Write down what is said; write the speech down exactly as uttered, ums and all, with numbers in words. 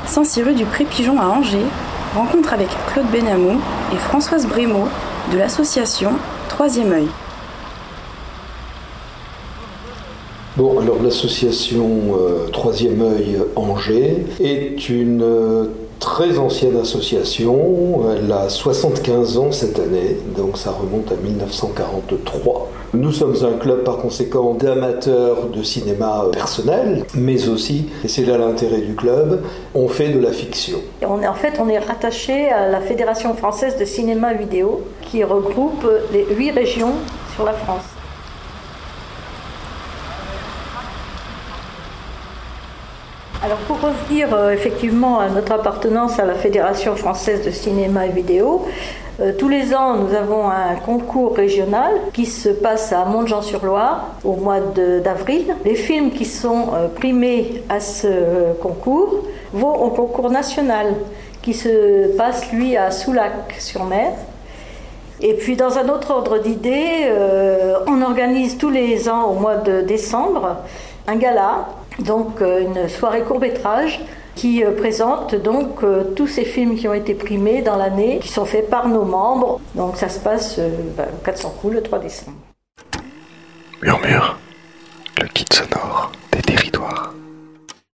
cent six rue du Pré-Pigeon à Angers, rencontre avec Claude Benamou et Françoise Brémaud de l'association Troisième Œil. Bon, alors l'association euh, Troisième Œil Angers est une euh, très ancienne association. Elle a soixante-quinze ans cette année, donc ça remonte à dix-neuf cent quarante-trois. Nous sommes un club par conséquent d'amateurs de cinéma personnel, mais aussi, et c'est là l'intérêt du club, on fait de la fiction. On est, en fait, on est rattaché à la Fédération française de cinéma vidéo qui regroupe les huit régions sur la France. Alors pour revenir euh, effectivement à notre appartenance à la Fédération française de cinéma et vidéo, euh, tous les ans nous avons un concours régional qui se passe à Montjean-sur-Loire au mois de, d'avril. Les films qui sont euh, primés à ce euh, concours vont au concours national qui se passe lui à Soulac-sur-Mer. Et puis dans un autre ordre d'idées, euh, on organise tous les ans au mois de décembre un gala, donc une soirée court-métrage qui présente donc tous ces films qui ont été primés dans l'année, qui sont faits par nos membres. Donc ça se passe ben, quatre cents coups le trois décembre. Murmure, le kit sonore.